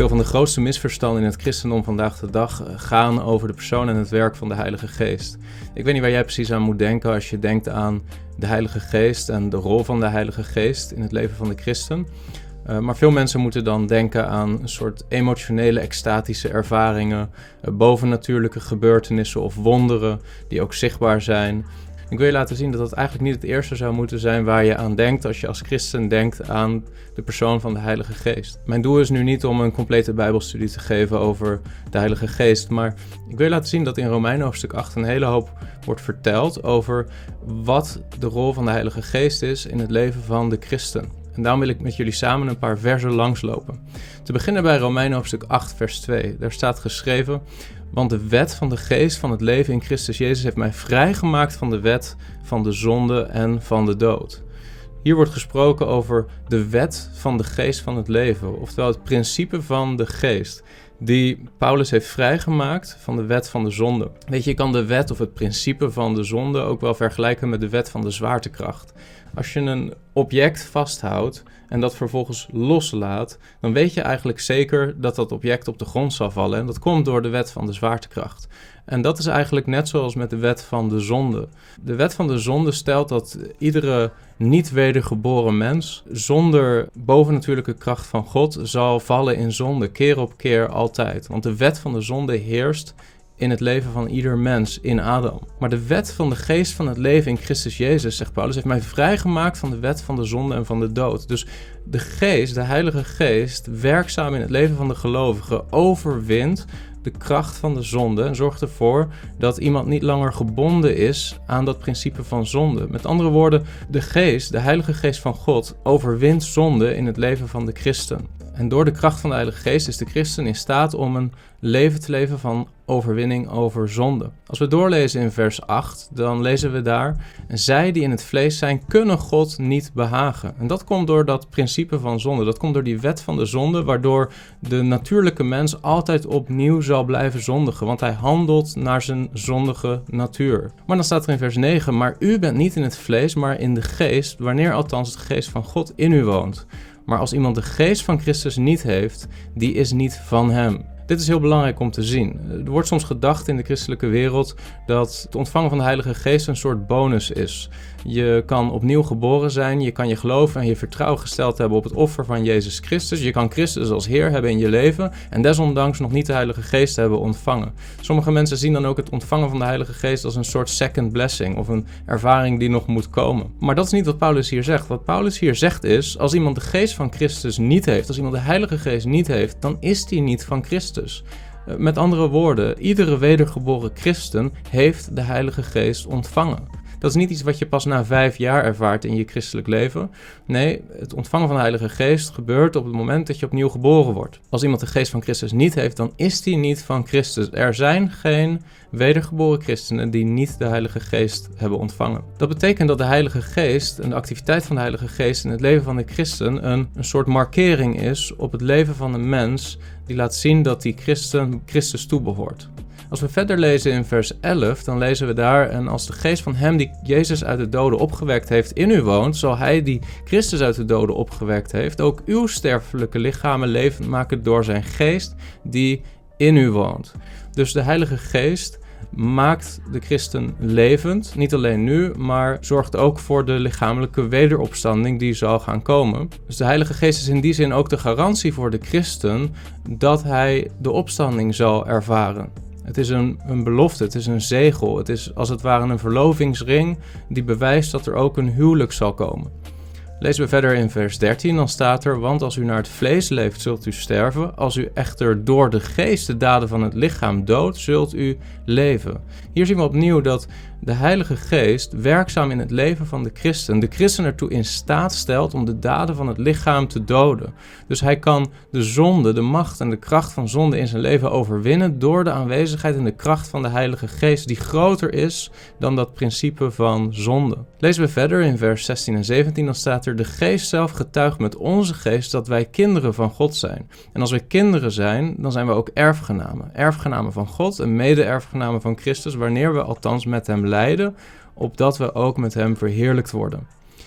van de grootste misverstanden in het christendom vandaag de dag gaan over de persoon en het werk van de Heilige Geest. Ik weet niet waar jij precies aan moet denken als je denkt aan de Heilige Geest en de rol van de Heilige Geest in het leven van de christen. Maar veel mensen moeten dan denken aan een soort emotionele, extatische ervaringen, bovennatuurlijke gebeurtenissen of wonderen die ook zichtbaar zijn. Ik wil je laten zien dat dat eigenlijk niet het eerste zou moeten zijn waar je aan denkt als je als christen denkt aan de persoon van de Heilige Geest. Mijn doel is nu niet om een complete Bijbelstudie te geven over de Heilige Geest, maar ik wil je laten zien dat in Romeinen hoofdstuk 8 een hele hoop wordt verteld over wat de rol van de Heilige Geest is in het leven van de christen. En daarom wil ik met jullie samen een paar versen langslopen. Te beginnen bij Romeinen hoofdstuk 8 vers 2. Daar staat geschreven: want de wet van de geest van het leven in Christus Jezus heeft mij vrijgemaakt van de wet van de zonde en van de dood. Hier wordt gesproken over de wet van de geest van het leven, oftewel het principe van de geest, die Paulus heeft vrijgemaakt van de wet van de zonde. Weet je kan de wet of het principe van de zonde ook wel vergelijken met de wet van de zwaartekracht. Als je een object vasthoudt en dat vervolgens loslaat, dan weet je eigenlijk zeker dat dat object op de grond zal vallen. En dat komt door de wet van de zwaartekracht. En dat is eigenlijk net zoals met de wet van de zonde. De wet van de zonde stelt dat iedere niet wedergeboren mens zonder bovennatuurlijke kracht van God zal vallen in zonde, keer op keer altijd. Want de wet van de zonde heerst in het leven van ieder mens in Adam. Maar de wet van de geest van het leven in Christus Jezus, zegt Paulus, heeft mij vrijgemaakt van de wet van de zonde en van de dood. Dus de geest, de Heilige Geest, werkzaam in het leven van de gelovige, overwint de kracht van de zonde en zorgt ervoor dat iemand niet langer gebonden is aan dat principe van zonde. Met andere woorden, de geest, de Heilige Geest van God, overwint zonde in het leven van de christen. En door de kracht van de Heilige Geest is de christen in staat om een leven te leven van overwinning over zonde. Als we doorlezen in vers 8, dan lezen we daar: en zij die in het vlees zijn, kunnen God niet behagen. En dat komt door dat principe van zonde. Dat komt door die wet van de zonde, waardoor de natuurlijke mens altijd opnieuw zal blijven zondigen. Want hij handelt naar zijn zondige natuur. Maar dan staat er in vers 9: maar u bent niet in het vlees, maar in de geest, wanneer althans de geest van God in u woont. Maar als iemand de geest van Christus niet heeft, die is niet van hem. Dit is heel belangrijk om te zien. Er wordt soms gedacht in de christelijke wereld dat het ontvangen van de Heilige Geest een soort bonus is. Je kan opnieuw geboren zijn, je kan je geloof en je vertrouwen gesteld hebben op het offer van Jezus Christus. Je kan Christus als Heer hebben in je leven en desondanks nog niet de Heilige Geest hebben ontvangen. Sommige mensen zien dan ook het ontvangen van de Heilige Geest als een soort second blessing of een ervaring die nog moet komen. Maar dat is niet wat Paulus hier zegt. Wat Paulus hier zegt is, als iemand de Geest van Christus niet heeft, als iemand de Heilige Geest niet heeft, dan is die niet van Christus. Met andere woorden, iedere wedergeboren christen heeft de Heilige Geest ontvangen. Dat is niet iets wat je pas na 5 jaar ervaart in je christelijk leven. Nee, het ontvangen van de Heilige Geest gebeurt op het moment dat je opnieuw geboren wordt. Als iemand de Geest van Christus niet heeft, dan is die niet van Christus. Er zijn geen wedergeboren christenen die niet de Heilige Geest hebben ontvangen. Dat betekent dat de Heilige Geest en de activiteit van de Heilige Geest in het leven van de christen een soort markering is op het leven van een mens die laat zien dat die christen Christus toebehoort. Als we verder lezen in vers 11, dan lezen we daar: en als de geest van hem die Jezus uit de doden opgewekt heeft in u woont, zal hij die Christus uit de doden opgewekt heeft ook uw sterfelijke lichamen levend maken door zijn geest die in u woont. Dus de Heilige Geest maakt de christen levend, niet alleen nu, maar zorgt ook voor de lichamelijke wederopstanding die zal gaan komen. Dus de Heilige Geest is in die zin ook de garantie voor de christen dat hij de opstanding zal ervaren. Het is een belofte, het is een zegel, het is als het ware een verlovingsring die bewijst dat er ook een huwelijk zal komen. Lezen we verder in vers 13, dan staat er: want als u naar het vlees leeft, zult u sterven. Als u echter door de geest de daden van het lichaam doodt, zult u leven. Hier zien we opnieuw dat de Heilige Geest werkzaam in het leven van de christen ertoe in staat stelt om de daden van het lichaam te doden. Dus hij kan de zonde, de macht en de kracht van zonde in zijn leven overwinnen door de aanwezigheid en de kracht van de Heilige Geest, die groter is dan dat principe van zonde. Lezen we verder in vers 16 en 17, dan staat er: de Geest zelf getuigt met onze geest dat wij kinderen van God zijn. En als wij kinderen zijn, dan zijn we ook erfgenamen. Erfgenamen van God en mede-erfgenamen van Christus, wanneer we althans met hem lijden, opdat we ook met hem verheerlijkt worden.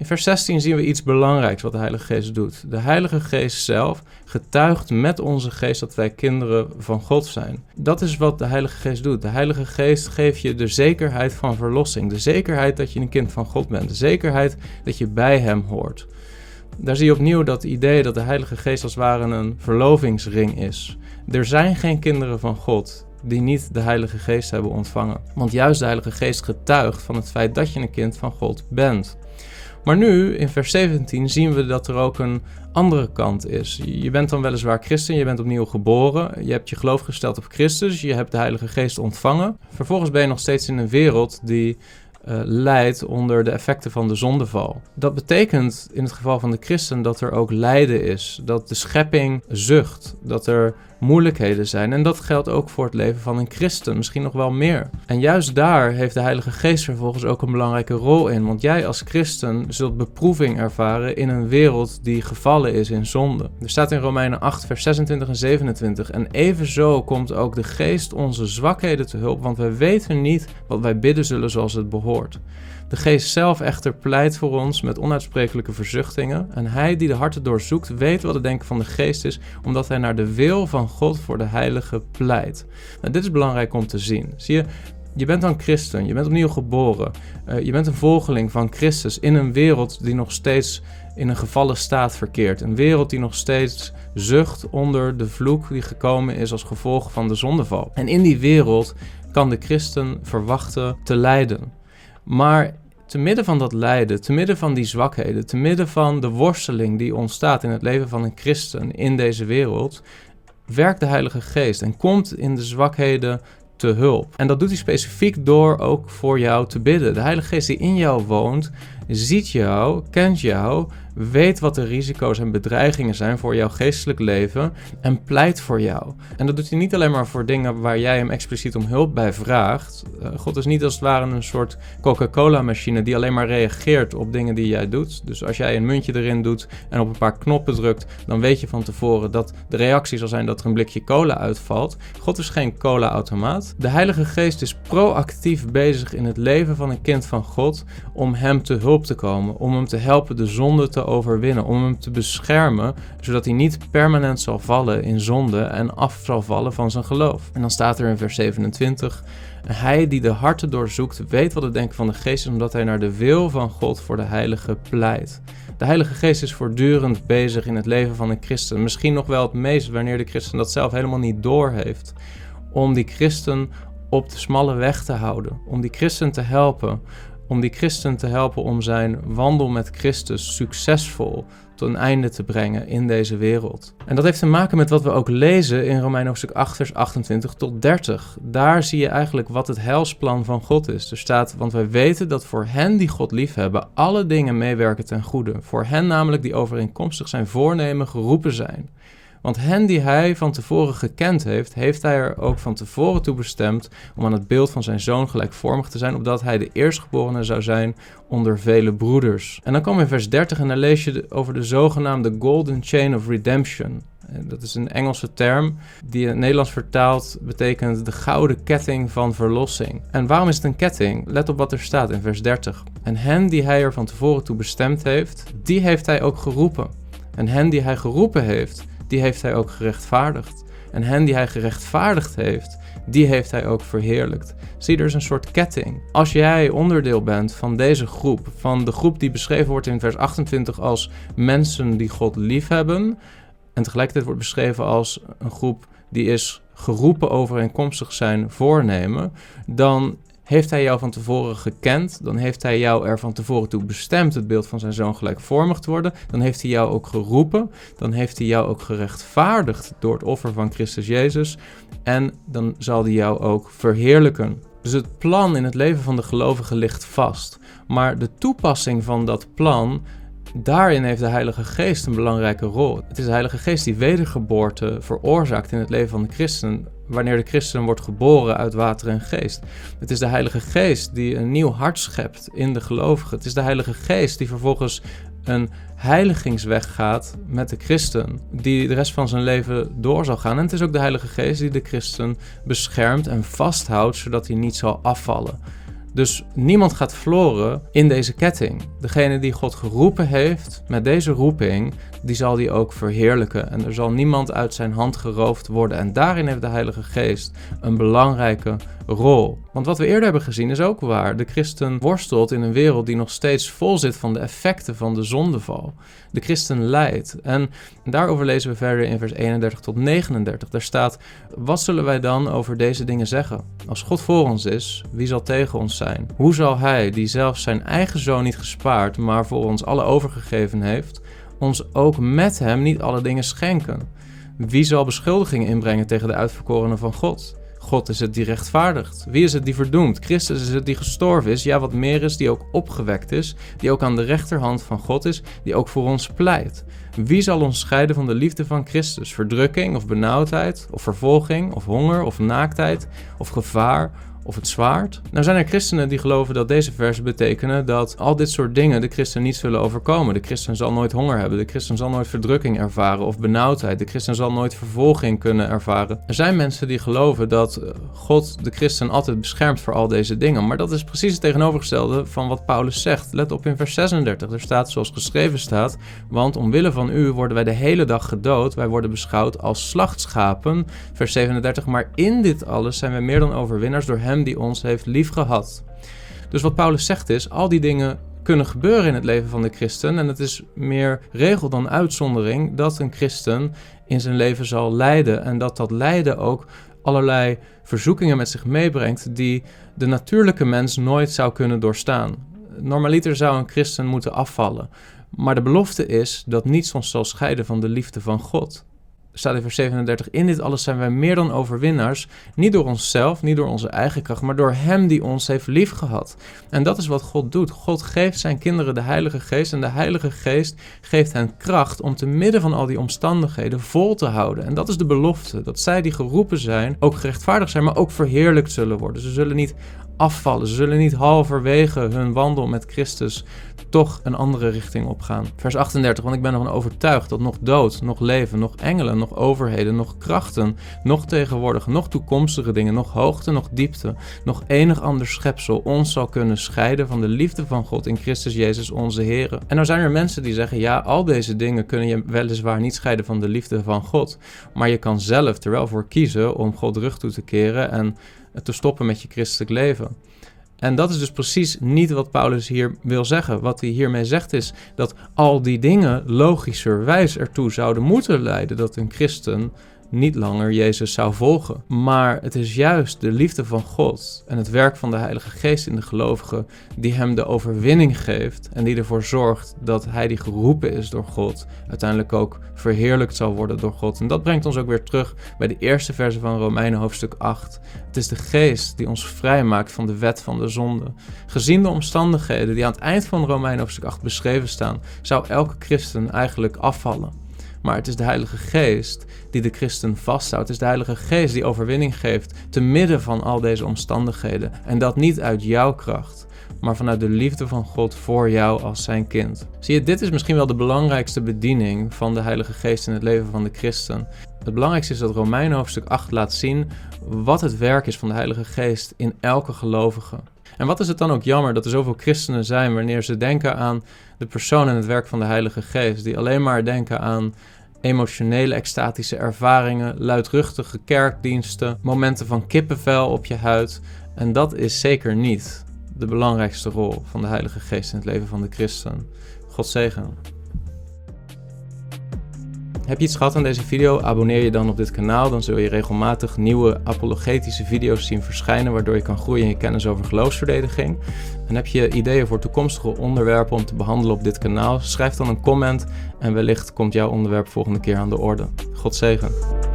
In vers 16 zien we iets belangrijks wat de Heilige Geest doet. De Heilige Geest zelf getuigt met onze geest dat wij kinderen van God zijn. Dat is wat de Heilige Geest doet. De Heilige Geest geeft je de zekerheid van verlossing. De zekerheid dat je een kind van God bent. De zekerheid dat je bij Hem hoort. Daar zie je opnieuw dat idee dat de Heilige Geest als het ware een verlovingsring is. Er zijn geen kinderen van God die niet de Heilige Geest hebben ontvangen. Want juist de Heilige Geest getuigt van het feit dat je een kind van God bent. Maar nu, in vers 17, zien we dat er ook een andere kant is. Je bent dan weliswaar christen, je bent opnieuw geboren, je hebt je geloof gesteld op Christus, je hebt de Heilige Geest ontvangen. Vervolgens ben je nog steeds in een wereld die lijdt onder de effecten van de zondeval. Dat betekent in het geval van de christen dat er ook lijden is, dat de schepping zucht, dat er moeilijkheden zijn. En dat geldt ook voor het leven van een christen, misschien nog wel meer. En juist daar heeft de Heilige Geest vervolgens ook een belangrijke rol in. Want jij als christen zult beproeving ervaren in een wereld die gevallen is in zonde. Er staat in Romeinen 8 vers 26 en 27. En evenzo komt ook de Geest onze zwakheden te hulp, want wij weten niet wat wij bidden zullen zoals het behoort. De Geest zelf echter pleit voor ons met onuitsprekelijke verzuchtingen. En hij die de harten doorzoekt, weet wat het denken van de Geest is, omdat hij naar de wil van God voor de Heilige pleit. Nou, dit is belangrijk om te zien. Zie je, je bent dan christen, je bent opnieuw geboren. Je bent een volgeling van Christus in een wereld die nog steeds in een gevallen staat verkeert. Een wereld die nog steeds zucht onder de vloek die gekomen is als gevolg van de zondeval. En in die wereld kan de christen verwachten te lijden. Maar te midden van dat lijden, te midden van die zwakheden, te midden van de worsteling die ontstaat in het leven van een christen in deze wereld, werkt de Heilige Geest en komt in de zwakheden te hulp. En dat doet hij specifiek door ook voor jou te bidden. De Heilige Geest die in jou woont, ziet jou, kent jou, weet wat de risico's en bedreigingen zijn voor jouw geestelijk leven en pleit voor jou. En dat doet hij niet alleen maar voor dingen waar jij hem expliciet om hulp bij vraagt. God is niet als het ware een soort Coca-Cola-machine die alleen maar reageert op dingen die jij doet. Dus als jij een muntje erin doet en op een paar knoppen drukt, dan weet je van tevoren dat de reactie zal zijn dat er een blikje cola uitvalt. God is geen cola-automaat. De Heilige Geest is proactief bezig in het leven van een kind van God om hem te hulp te komen, om hem te helpen de zonde te overwinnen, om hem te beschermen, zodat hij niet permanent zal vallen in zonde en af zal vallen van zijn geloof. En dan staat er in vers 27, hij die de harten doorzoekt, weet wat het denken van de Geest is, omdat hij naar de wil van God voor de Heilige pleit. De Heilige Geest is voortdurend bezig in het leven van een christen, misschien nog wel het meest wanneer de christen dat zelf helemaal niet doorheeft, om die christen op de smalle weg te houden, om die christen te helpen, om zijn wandel met Christus succesvol tot een einde te brengen in deze wereld. En dat heeft te maken met wat we ook lezen in Romeinen hoofdstuk 8 vers 28 tot 30. Daar zie je eigenlijk wat het heilsplan van God is. Er staat, want wij weten dat voor hen die God liefhebben alle dingen meewerken ten goede. Voor hen namelijk die overeenkomstig zijn voornemen geroepen zijn. Want hen die hij van tevoren gekend heeft, heeft hij er ook van tevoren toe bestemd om aan het beeld van zijn zoon gelijkvormig te zijn, opdat hij de eerstgeborene zou zijn onder vele broeders. En dan komen we in vers 30 en dan lees je over de zogenaamde Golden Chain of Redemption. Dat is een Engelse term die in het Nederlands vertaald betekent de gouden ketting van verlossing. En waarom is het een ketting? Let op wat er staat in vers 30. En hen die hij er van tevoren toe bestemd heeft, die heeft hij ook geroepen. En hen die hij geroepen heeft, die heeft hij ook gerechtvaardigd. En hen die hij gerechtvaardigd heeft, die heeft hij ook verheerlijkt. Zie, er is een soort ketting. Als jij onderdeel bent van deze groep, van de groep die beschreven wordt in vers 28 als mensen die God liefhebben, en tegelijkertijd wordt beschreven als een groep die is geroepen overeenkomstig zijn voornemen, dan heeft hij jou van tevoren gekend, dan heeft hij jou er van tevoren toe bestemd het beeld van zijn zoon gelijkvormig te worden, dan heeft hij jou ook geroepen, dan heeft hij jou ook gerechtvaardigd door het offer van Christus Jezus en dan zal hij jou ook verheerlijken. Dus het plan in het leven van de gelovige ligt vast, maar de toepassing van dat plan, daarin heeft de Heilige Geest een belangrijke rol. Het is de Heilige Geest die wedergeboorte veroorzaakt in het leven van de christen, wanneer de christen wordt geboren uit water en geest. Het is de Heilige Geest die een nieuw hart schept in de gelovigen. Het is de Heilige Geest die vervolgens een heiligingsweg gaat met de christen, die de rest van zijn leven door zal gaan. En het is ook de Heilige Geest die de christen beschermt en vasthoudt, zodat hij niet zal afvallen. Dus niemand gaat verloren in deze ketting. Degene die God geroepen heeft met deze roeping, die zal die ook verheerlijken. En er zal niemand uit zijn hand geroofd worden. En daarin heeft de Heilige Geest een belangrijke rol. Want wat we eerder hebben gezien is ook waar. De christen worstelt in een wereld die nog steeds vol zit van de effecten van de zondeval. De christen lijdt. En daarover lezen we verder in vers 31 tot 39. Daar staat: wat zullen wij dan over deze dingen zeggen? Als God voor ons is, wie zal tegen ons zijn? Hoe zal hij, die zelfs zijn eigen zoon niet gespaard, maar voor ons alle overgegeven heeft, ons ook met hem niet alle dingen schenken? Wie zal beschuldigingen inbrengen tegen de uitverkorenen van God? God is het die rechtvaardigt. Wie is het die verdoemt? Christus is het die gestorven is. Ja, wat meer is, die ook opgewekt is. Die ook aan de rechterhand van God is. Die ook voor ons pleit. Wie zal ons scheiden van de liefde van Christus? Verdrukking of benauwdheid? Of vervolging? Of honger? Of naaktheid? Of gevaar? Of het zwaard? Nou zijn er christenen die geloven dat deze versen betekenen dat al dit soort dingen de christen niet zullen overkomen. De christen zal nooit honger hebben. De christen zal nooit verdrukking ervaren of benauwdheid. De christen zal nooit vervolging kunnen ervaren. Er zijn mensen die geloven dat God de christen altijd beschermt voor al deze dingen. Maar dat is precies het tegenovergestelde van wat Paulus zegt. Let op in vers 36. Er staat zoals geschreven staat: want omwille van u worden wij de hele dag gedood. Wij worden beschouwd als slachtschapen. Vers 37. Maar in dit alles zijn wij meer dan overwinnaars door hem die ons heeft liefgehad. Dus wat Paulus zegt is, al die dingen kunnen gebeuren in het leven van de christen. En het is meer regel dan uitzondering dat een christen in zijn leven zal lijden. En dat lijden ook allerlei verzoekingen met zich meebrengt die de natuurlijke mens nooit zou kunnen doorstaan. Normaliter zou een christen moeten afvallen. Maar de belofte is dat niets ons zal scheiden van de liefde van God. Er staat in vers 37, in dit alles zijn wij meer dan overwinnaars, niet door onszelf, niet door onze eigen kracht, maar door hem die ons heeft liefgehad. En dat is wat God doet. God geeft zijn kinderen de Heilige Geest en de Heilige Geest geeft hen kracht om te midden van al die omstandigheden vol te houden. En dat is de belofte, dat zij die geroepen zijn, ook gerechtvaardigd zijn, maar ook verheerlijkt zullen worden. Ze zullen niet afvallen, ze zullen niet halverwege hun wandel met Christus toch een andere richting opgaan. Vers 38, want ik ben ervan overtuigd dat nog dood, nog leven, nog engelen, nog overheden, nog krachten, nog tegenwoordige, nog toekomstige dingen, nog hoogte, nog diepte, nog enig ander schepsel ons zal kunnen scheiden van de liefde van God in Christus Jezus onze Heer. En nou zijn er mensen die zeggen, ja, al deze dingen kunnen je weliswaar niet scheiden van de liefde van God, maar je kan zelf er wel voor kiezen om God rug toe te keren en te stoppen met je christelijk leven. En dat is dus precies niet wat Paulus hier wil zeggen. Wat hij hiermee zegt is dat al die dingen logischerwijs ertoe zouden moeten leiden dat een christen niet langer Jezus zou volgen. Maar het is juist de liefde van God en het werk van de Heilige Geest in de gelovigen die hem de overwinning geeft en die ervoor zorgt dat hij die geroepen is door God uiteindelijk ook verheerlijkt zal worden door God. En dat brengt ons ook weer terug bij de eerste verse van Romeinen hoofdstuk 8. Het is de Geest die ons vrijmaakt van de wet van de zonde. Gezien de omstandigheden die aan het eind van Romeinen hoofdstuk 8 beschreven staan, zou elke christen eigenlijk afvallen. Maar het is de Heilige Geest die de christen vasthoudt. Het is de Heilige Geest die overwinning geeft te midden van al deze omstandigheden. En dat niet uit jouw kracht, maar vanuit de liefde van God voor jou als zijn kind. Zie je, dit is misschien wel de belangrijkste bediening van de Heilige Geest in het leven van de christen. Het belangrijkste is dat Romeinen hoofdstuk 8 laat zien wat het werk is van de Heilige Geest in elke gelovige. En wat is het dan ook jammer dat er zoveel christenen zijn wanneer ze denken aan de persoon en het werk van de Heilige Geest, die alleen maar denken aan emotionele, extatische ervaringen, luidruchtige kerkdiensten, momenten van kippenvel op je huid. En dat is zeker niet de belangrijkste rol van de Heilige Geest in het leven van de christen. God zegen. Heb je iets gehad aan deze video? Abonneer je dan op dit kanaal. Dan zul je regelmatig nieuwe apologetische video's zien verschijnen, waardoor je kan groeien in je kennis over geloofsverdediging. En heb je ideeën voor toekomstige onderwerpen om te behandelen op dit kanaal? Schrijf dan een comment en wellicht komt jouw onderwerp volgende keer aan de orde. God zegen.